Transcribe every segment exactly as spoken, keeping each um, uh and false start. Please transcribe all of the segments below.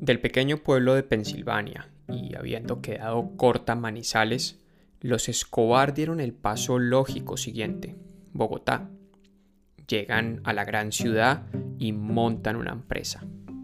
Del pequeño pueblo de Pensilvania, y habiendo quedado corta Manizales, los Escobar dieron el paso lógico siguiente: Bogotá. Llegan a la gran ciudad y montan una empresa.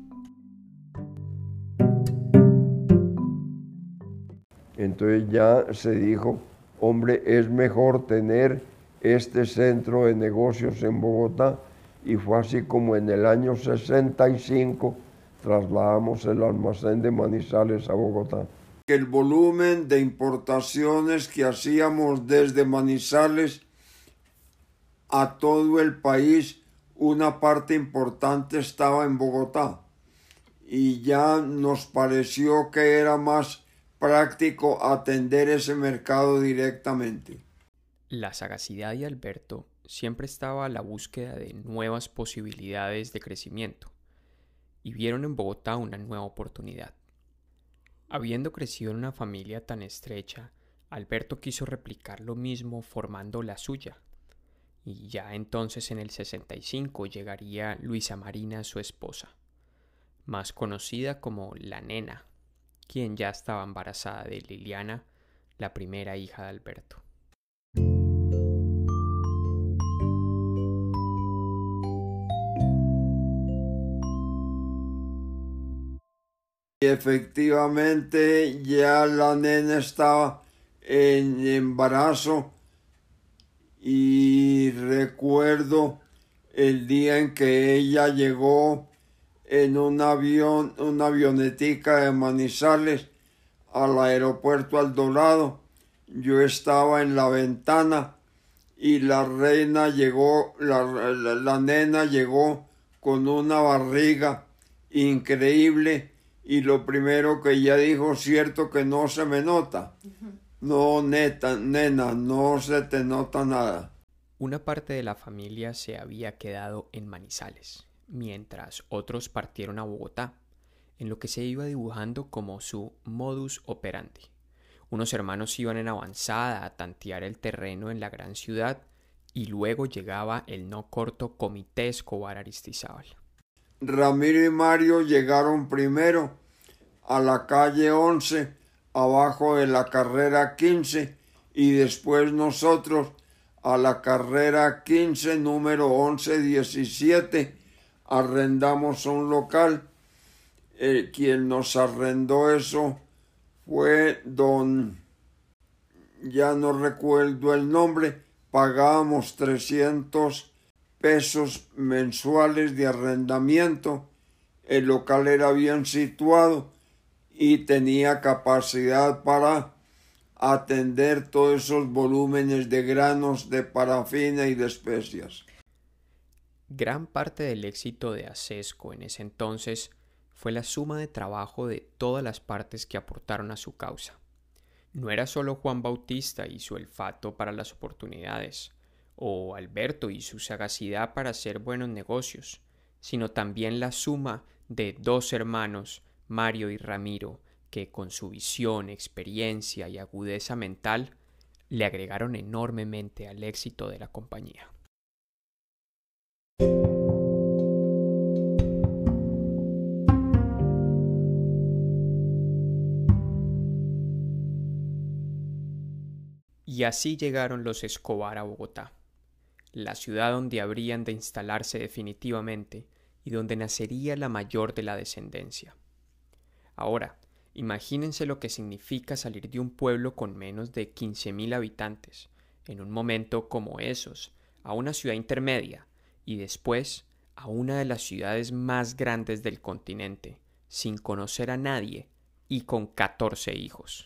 Entonces ya se dijo, hombre, es mejor tener este centro de negocios en Bogotá, y fue así como en el año sesenta y cinco trasladamos el almacén de Manizales a Bogotá. El volumen de importaciones que hacíamos desde Manizales a todo el país, una parte importante estaba en Bogotá, y ya nos pareció que era más práctico atender ese mercado directamente. La sagacidad de Alberto siempre estaba a la búsqueda de nuevas posibilidades de crecimiento, y vieron en Bogotá una nueva oportunidad. Habiendo crecido en una familia tan estrecha, Alberto quiso replicar lo mismo formando la suya, y ya entonces en el sesenta y cinco llegaría Luisa Marina, su esposa, más conocida como la Nena, quien ya estaba embarazada de Liliana, la primera hija de Alberto. Y efectivamente ya la nena estaba en embarazo, y recuerdo el día en que ella llegó en un avión, una avionetica de Manizales al aeropuerto El Dorado. Yo estaba en la ventana y la reina llegó, la, la, la nena llegó con una barriga increíble. Y lo primero que ella dijo, cierto que no se me nota. Uh-huh. No, neta, nena, no se te nota nada. Una parte de la familia se había quedado en Manizales, mientras otros partieron a Bogotá, en lo que se iba dibujando como su modus operandi. Unos hermanos iban en avanzada a tantear el terreno en la gran ciudad, y luego llegaba el no corto Comité Escobar Aristizábal. Ramiro y Mario llegaron primero a la calle once, abajo de la carrera quince, y después nosotros a la carrera quince, número once diecisiete, arrendamos un local. Eh, quien nos arrendó eso fue don, ya no recuerdo el nombre, pagábamos trescientos pesos mensuales de arrendamiento. El local era bien situado y tenía capacidad para atender todos esos volúmenes de granos, de parafina y de especias. Gran parte del éxito de Acesco en ese entonces fue la suma de trabajo de todas las partes que aportaron a su causa. No era solo Juan Bautista y su olfato para las oportunidades, o Alberto y su sagacidad para hacer buenos negocios, sino también la suma de dos hermanos, Mario y Ramiro, que con su visión, experiencia y agudeza mental le agregaron enormemente al éxito de la compañía. Y así llegaron los Escobar a Bogotá, la ciudad donde habrían de instalarse definitivamente y donde nacería la mayor de la descendencia. Ahora, imagínense lo que significa salir de un pueblo con menos de quince mil habitantes, en un momento como esos, a una ciudad intermedia, y después a una de las ciudades más grandes del continente, sin conocer a nadie y con catorce hijos.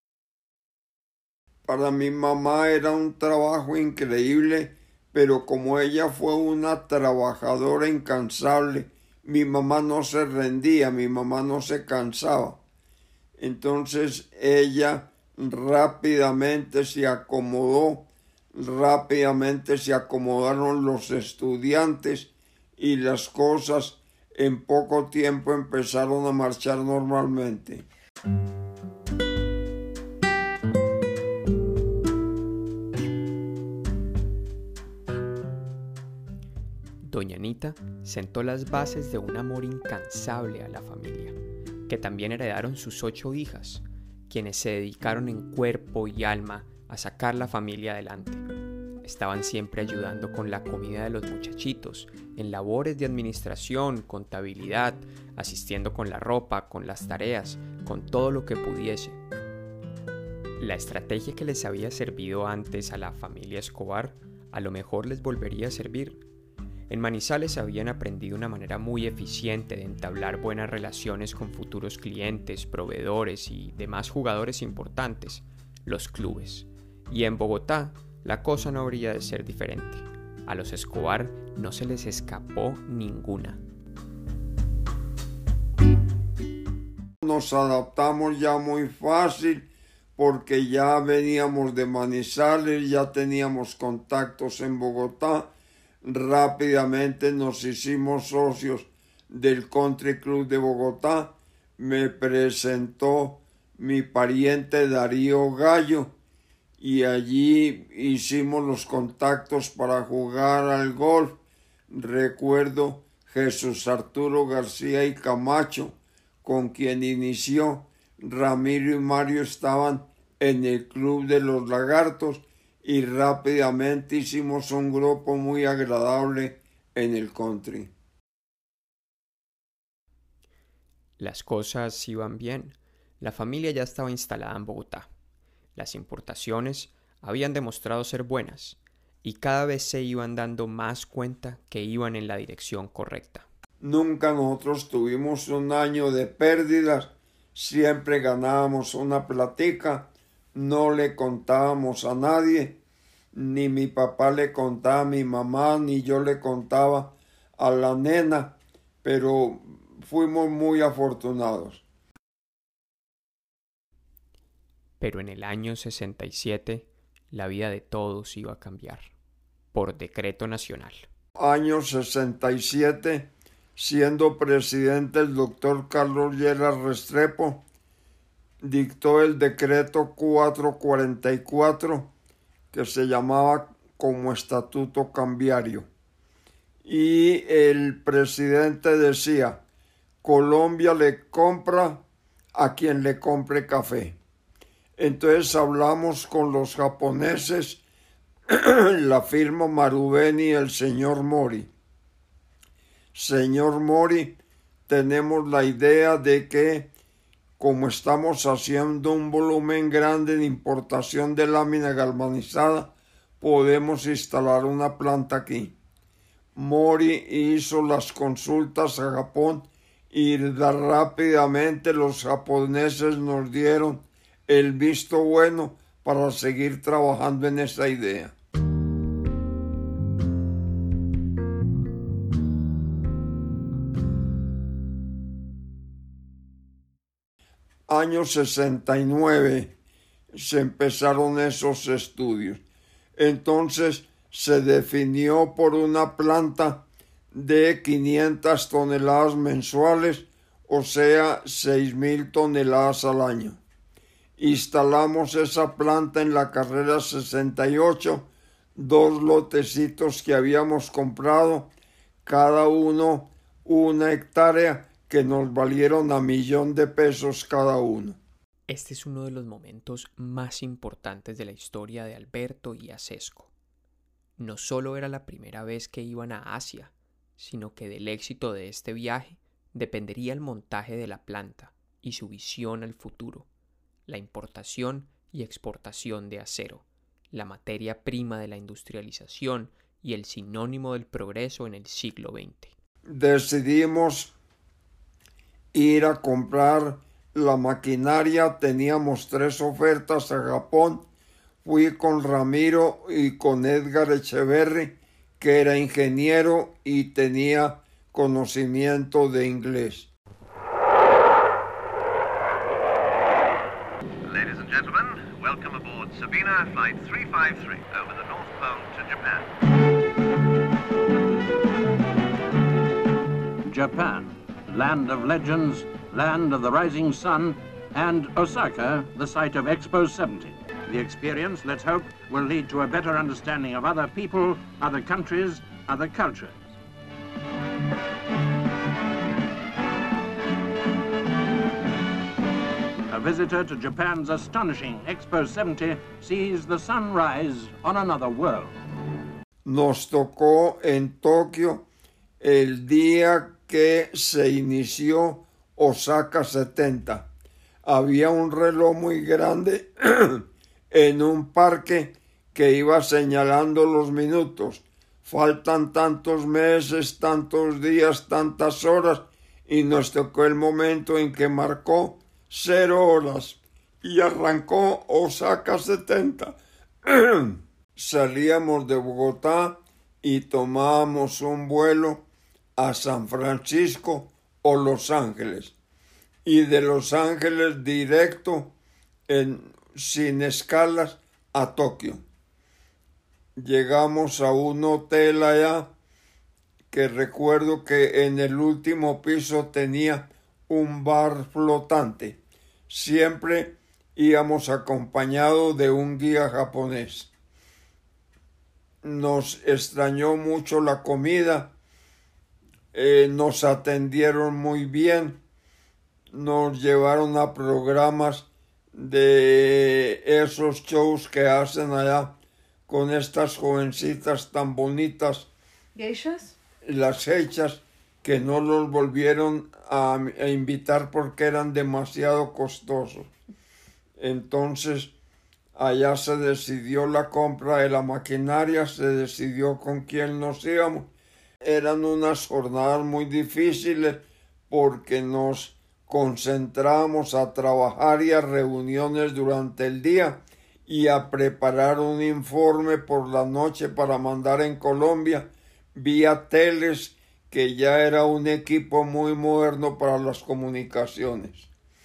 Para mi mamá era un trabajo increíble, pero como ella fue una trabajadora incansable, mi mamá no se rendía, mi mamá no se cansaba. Entonces ella rápidamente se acomodó, rápidamente se acomodaron los estudiantes, y las cosas en poco tiempo empezaron a marchar normalmente. Doña Anita sentó las bases de un amor incansable a la familia, que también heredaron sus ocho hijas, quienes se dedicaron en cuerpo y alma a sacar la familia adelante. Estaban siempre ayudando con la comida de los muchachitos, en labores de administración, contabilidad, asistiendo con la ropa, con las tareas, con todo lo que pudiese. La estrategia que les había servido antes a la familia Escobar, a lo mejor les volvería a servir. En Manizales habían aprendido una manera muy eficiente de entablar buenas relaciones con futuros clientes, proveedores y demás jugadores importantes, los clubes. Y en Bogotá, la cosa no habría de ser diferente. A los Escobar no se les escapó ninguna. Nos adaptamos ya muy fácil porque ya veníamos de Manizales, ya teníamos contactos en Bogotá. Rápidamente nos hicimos socios del Country Club de Bogotá. Me presentó mi pariente Darío Gallo y allí hicimos los contactos para jugar al golf. Recuerdo Jesús Arturo García y Camacho, con quien inició. Ramiro y Mario estaban en el Club de los Lagartos y rápidamente hicimos un grupo muy agradable en el country. Las cosas iban bien. La familia ya estaba instalada en Bogotá. Las importaciones habían demostrado ser buenas y cada vez se iban dando más cuenta que iban en la dirección correcta. Nunca nosotros tuvimos un año de pérdidas, siempre ganábamos una platica, no le contábamos a nadie, ni mi papá le contaba a mi mamá, ni yo le contaba a la nena, pero fuimos muy afortunados. Pero en el año sesenta y siete, la vida de todos iba a cambiar, por decreto nacional. Año sesenta y siete, siendo presidente el doctor Carlos Lleras Restrepo, dictó el decreto cuatrocientos cuarenta y cuatro, que se llamaba como estatuto cambiario. Y el presidente decía, Colombia le compra a quien le compre café. Entonces hablamos con los japoneses, la firma Marubeni y el señor Mori. Señor Mori, tenemos la idea de que como estamos haciendo un volumen grande de importación de lámina galvanizada, podemos instalar una planta aquí. Mori hizo las consultas a Japón y rápidamente los japoneses nos dieron el visto bueno para seguir trabajando en esa idea. Año sesenta y nueve se empezaron esos estudios. Entonces se definió por una planta de quinientas toneladas mensuales, o sea, seis mil toneladas al año. Instalamos esa planta en la carrera sesenta y ocho, dos lotecitos que habíamos comprado, cada uno una hectárea, que nos valieron a millón de pesos cada uno. Este es uno de los momentos más importantes de la historia de Alberto y Acesco. No solo era la primera vez que iban a Asia, sino que del éxito de este viaje dependería el montaje de la planta y su visión al futuro, la importación y exportación de acero, la materia prima de la industrialización y el sinónimo del progreso en el siglo veinte. Decidimos ir a comprar la maquinaria, teníamos tres ofertas a Japón. Fui con Ramiro y con Edgar Echeverry, que era ingeniero y tenía conocimiento de inglés. Ladies and gentlemen, welcome aboard Sabina Flight three five three over the North Pole to Japan. Japan, land of legends, land of the rising sun, and Osaka, the site of Expo seventy. The experience, let's hope, will lead to a better understanding of other people, other countries, other cultures. visitor to Japan's astonishing Expo setenta sees the sun rise on another world. Nos tocó en Tokio el día que se inició Osaka setenta. Había un reloj muy grande en un parque que iba señalando los minutos. Faltan tantos meses, tantos días, tantas horas, y nos tocó el momento en que marcó cero horas y arrancó Osaka setenta. Salíamos de Bogotá y tomábamos un vuelo a San Francisco o Los Ángeles, y de Los Ángeles directo, en, sin escalas, a Tokio. Llegamos a un hotel allá que recuerdo que en el último piso tenía un bar flotante. Siempre íbamos acompañados de un guía japonés. Nos extrañó mucho la comida, eh, nos atendieron muy bien, nos llevaron a programas de esos shows que hacen allá con estas jovencitas tan bonitas. ¿Geishas? Las hechas, que no los volvieron a, a invitar porque eran demasiado costosos. Entonces, allá se decidió la compra de la maquinaria, se decidió con quién nos íbamos. Eran unas jornadas muy difíciles porque nos concentramos a trabajar y a reuniones durante el día y a preparar un informe por la noche para mandar en Colombia vía teles, que ya era un equipo muy moderno para las comunicaciones.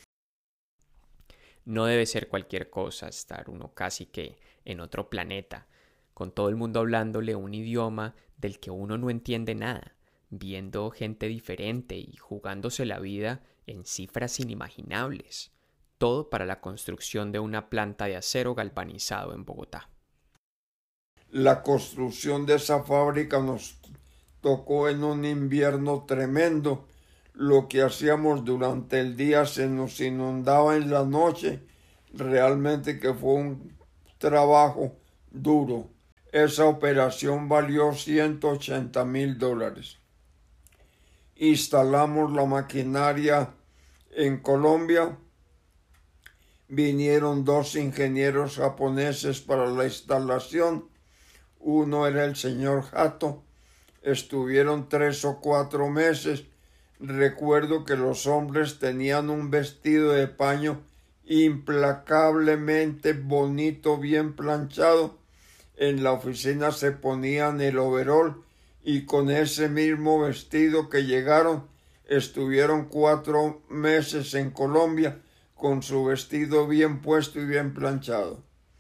No debe ser cualquier cosa estar uno casi que en otro planeta, con todo el mundo hablándole un idioma del que uno no entiende nada, viendo gente diferente y jugándose la vida en cifras inimaginables, todo para la construcción de una planta de acero galvanizado en Bogotá. La construcción de esa fábrica nos tocó en un invierno tremendo. Lo que hacíamos durante el día se nos inundaba en la noche. Realmente que fue un trabajo duro. Esa operación valió ciento ochenta mil dólares. Instalamos la maquinaria en Colombia. Vinieron dos ingenieros japoneses para la instalación. Uno era el señor Hato. Estuvieron tres o cuatro meses. Recuerdo que los hombres tenían un vestido de paño implacablemente bonito, bien planchado. En la oficina se ponían el overol y con ese mismo vestido que llegaron, estuvieron cuatro meses en Colombia con su vestido bien puesto y bien planchado.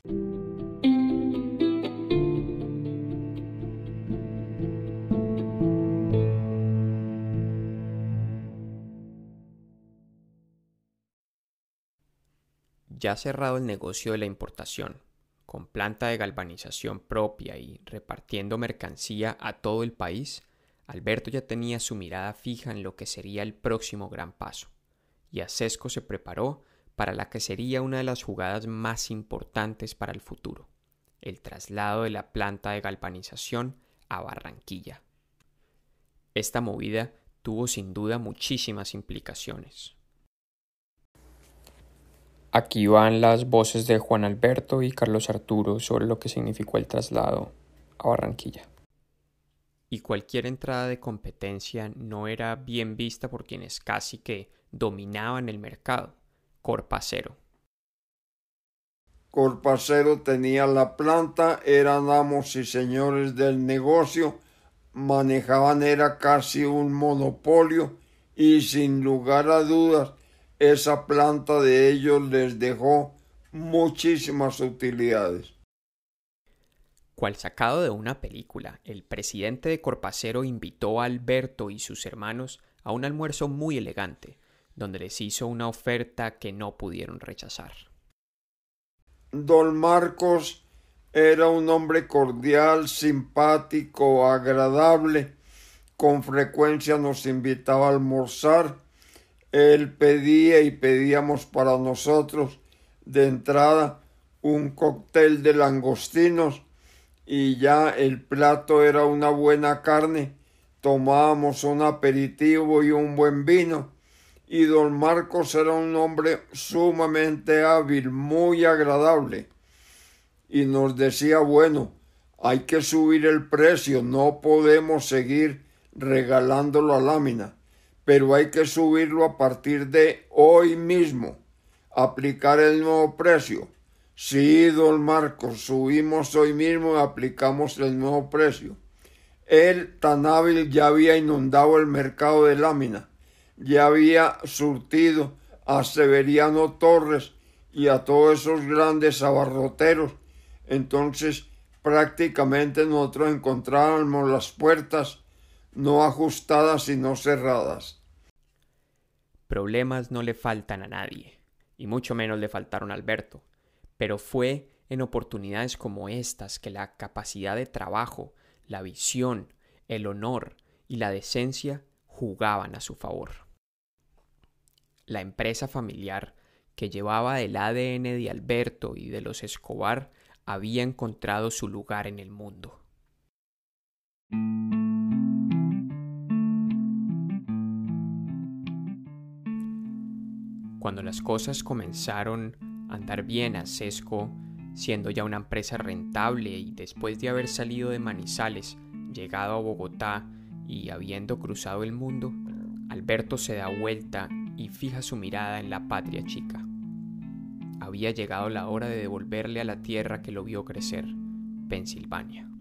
Ya cerrado el negocio de la importación, con planta de galvanización propia y repartiendo mercancía a todo el país, Alberto ya tenía su mirada fija en lo que sería el próximo gran paso, y Acesco se preparó para la que sería una de las jugadas más importantes para el futuro, el traslado de la planta de galvanización a Barranquilla. Esta movida tuvo sin duda muchísimas implicaciones. Aquí van las voces de Juan Alberto y Carlos Arturo sobre lo que significó el traslado a Barranquilla. Y cualquier entrada de competencia no era bien vista por quienes casi que dominaban el mercado. Corpacero. Corpacero tenía la planta, eran amos y señores del negocio, manejaban era casi un monopolio y sin lugar a dudas esa planta de ellos les dejó muchísimas utilidades. Cual sacado de una película, el presidente de Corpacero invitó a Alberto y sus hermanos a un almuerzo muy elegante, donde les hizo una oferta que no pudieron rechazar. Don Marcos era un hombre cordial, simpático, agradable. Con frecuencia nos invitaba a almorzar. Él pedía y pedíamos para nosotros de entrada un cóctel de langostinos y ya el plato era una buena carne. Tomábamos un aperitivo y un buen vino. Y don Marcos era un hombre sumamente hábil, muy agradable. Y nos decía, bueno, hay que subir el precio, no podemos seguir regalando la lámina, pero hay que subirlo a partir de hoy mismo, aplicar el nuevo precio. Sí, don Marcos, subimos hoy mismo y aplicamos el nuevo precio. Él, tan hábil, ya había inundado el mercado de lámina, ya había surtido a Severiano Torres y a todos esos grandes abarroteros. Entonces, prácticamente nosotros encontrábamos las puertas no ajustadas sino cerradas. Problemas no le faltan a nadie, y mucho menos le faltaron a Alberto, pero fue en oportunidades como estas que la capacidad de trabajo, la visión, el honor y la decencia jugaban a su favor. La empresa familiar que llevaba el A D N de Alberto y de los Escobar había encontrado su lugar en el mundo. Cuando las cosas comenzaron a andar bien a Sesco, siendo ya una empresa rentable y después de haber salido de Manizales, llegado a Bogotá y habiendo cruzado el mundo, Alberto se da vuelta y fija su mirada en la patria chica. Había llegado la hora de devolverle a la tierra que lo vio crecer, Pensilvania.